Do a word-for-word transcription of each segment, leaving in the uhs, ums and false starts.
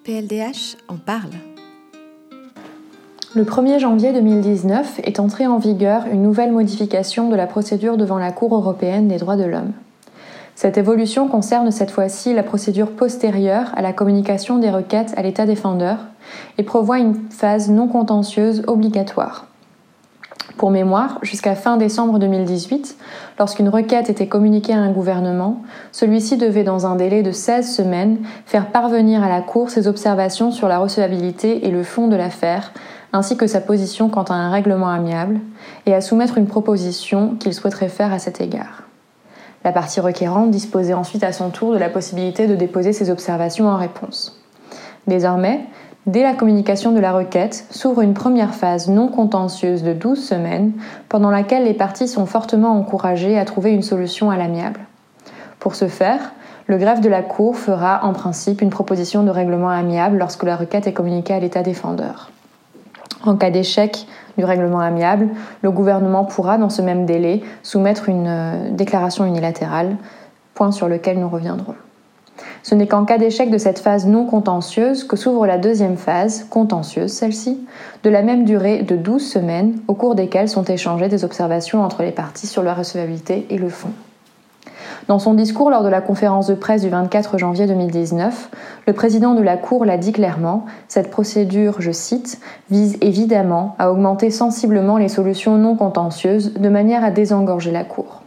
P L D H en parle. Le premier janvier deux mille dix-neuf est entrée en vigueur une nouvelle modification de la procédure devant la Cour européenne des droits de l'homme. Cette évolution concerne cette fois-ci la procédure postérieure à la communication des requêtes à l'État défendeur et prévoit une phase non contentieuse obligatoire. Pour mémoire, jusqu'à fin décembre deux mille dix-huit, lorsqu'une requête était communiquée à un gouvernement, celui-ci devait, dans un délai de seize semaines, faire parvenir à la Cour ses observations sur la recevabilité et le fond de l'affaire, ainsi que sa position quant à un règlement amiable, et à soumettre une proposition qu'il souhaiterait faire à cet égard. La partie requérante disposait ensuite à son tour de la possibilité de déposer ses observations en réponse. Désormais, dès la communication de la requête, s'ouvre une première phase non contentieuse de douze semaines, pendant laquelle les parties sont fortement encouragées à trouver une solution à l'amiable. Pour ce faire, le greffe de la Cour fera en principe une proposition de règlement amiable lorsque la requête est communiquée à l'État défendeur. En cas d'échec du règlement amiable, le gouvernement pourra, dans ce même délai, soumettre une euh, déclaration unilatérale, point sur lequel nous reviendrons. Ce n'est qu'en cas d'échec de cette phase non contentieuse que s'ouvre la deuxième phase, contentieuse celle-ci, de la même durée de douze semaines, au cours desquelles sont échangées des observations entre les parties sur la recevabilité et le fond. Dans son discours lors de la conférence de presse du vingt-quatre janvier deux mille dix-neuf, le président de la Cour l'a dit clairement, cette procédure, je cite, vise évidemment à augmenter sensiblement les solutions non contentieuses de manière à désengorger la Cour.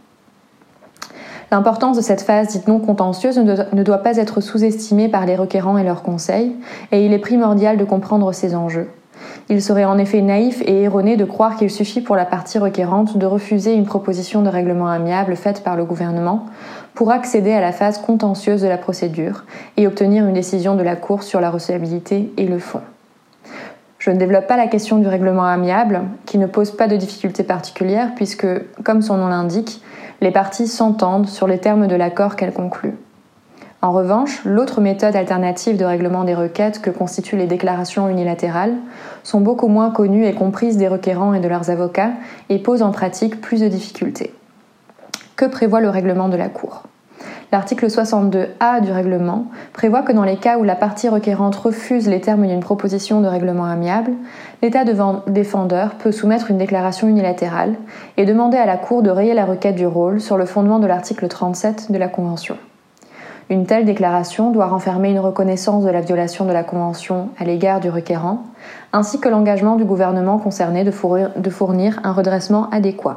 L'importance de cette phase dite non contentieuse ne doit pas être sous-estimée par les requérants et leurs conseils, et il est primordial de comprendre ces enjeux. Il serait en effet naïf et erroné de croire qu'il suffit pour la partie requérante de refuser une proposition de règlement amiable faite par le gouvernement pour accéder à la phase contentieuse de la procédure et obtenir une décision de la Cour sur la recevabilité et le fond. Je ne développe pas la question du règlement amiable, qui ne pose pas de difficultés particulières puisque, comme son nom l'indique, les parties s'entendent sur les termes de l'accord qu'elles concluent. En revanche, l'autre méthode alternative de règlement des requêtes que constituent les déclarations unilatérales sont beaucoup moins connues et comprises des requérants et de leurs avocats et posent en pratique plus de difficultés. Que prévoit le règlement de la Cour ? L'article soixante-deux A du règlement prévoit que dans les cas où la partie requérante refuse les termes d'une proposition de règlement amiable, l'État défendeur peut soumettre une déclaration unilatérale et demander à la Cour de rayer la requête du rôle sur le fondement de l'article trente-sept de la Convention. Une telle déclaration doit renfermer une reconnaissance de la violation de la Convention à l'égard du requérant, ainsi que l'engagement du gouvernement concerné de fournir, de fournir un redressement adéquat.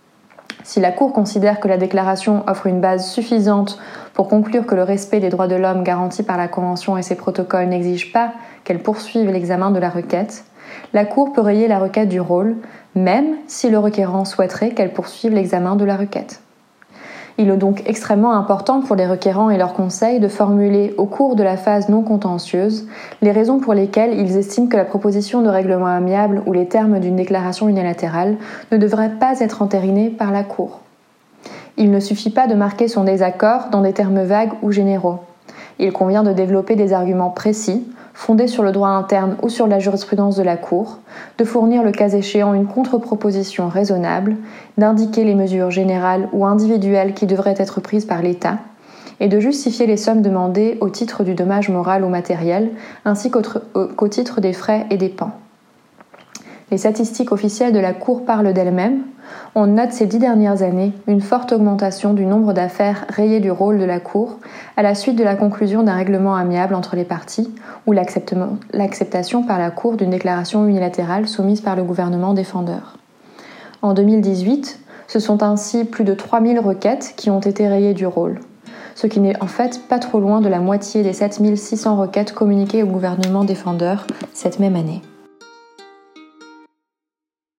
Si la Cour considère que la déclaration offre une base suffisante pour conclure que le respect des droits de l'homme garantis par la Convention et ses protocoles n'exige pas qu'elle poursuive l'examen de la requête, la Cour peut rayer la requête du rôle, même si le requérant souhaiterait qu'elle poursuive l'examen de la requête. Il est donc extrêmement important pour les requérants et leurs conseils de formuler, au cours de la phase non contentieuse, les raisons pour lesquelles ils estiment que la proposition de règlement amiable ou les termes d'une déclaration unilatérale ne devraient pas être entérinés par la Cour. Il ne suffit pas de marquer son désaccord dans des termes vagues ou généraux. Il convient de développer des arguments précis, fondés sur le droit interne ou sur la jurisprudence de la Cour, de fournir le cas échéant une contre-proposition raisonnable, d'indiquer les mesures générales ou individuelles qui devraient être prises par l'État, et de justifier les sommes demandées au titre du dommage moral ou matériel, ainsi qu'au, qu'au titre des frais et dépenses. Les statistiques officielles de la Cour parlent d'elles-mêmes. On note ces dix dernières années une forte augmentation du nombre d'affaires rayées du rôle de la Cour à la suite de la conclusion d'un règlement amiable entre les parties ou l'acceptation par la Cour d'une déclaration unilatérale soumise par le gouvernement défendeur. En deux mille dix-huit, ce sont ainsi plus de trois mille requêtes qui ont été rayées du rôle, ce qui n'est en fait pas trop loin de la moitié des sept mille six cents requêtes communiquées au gouvernement défendeur cette même année.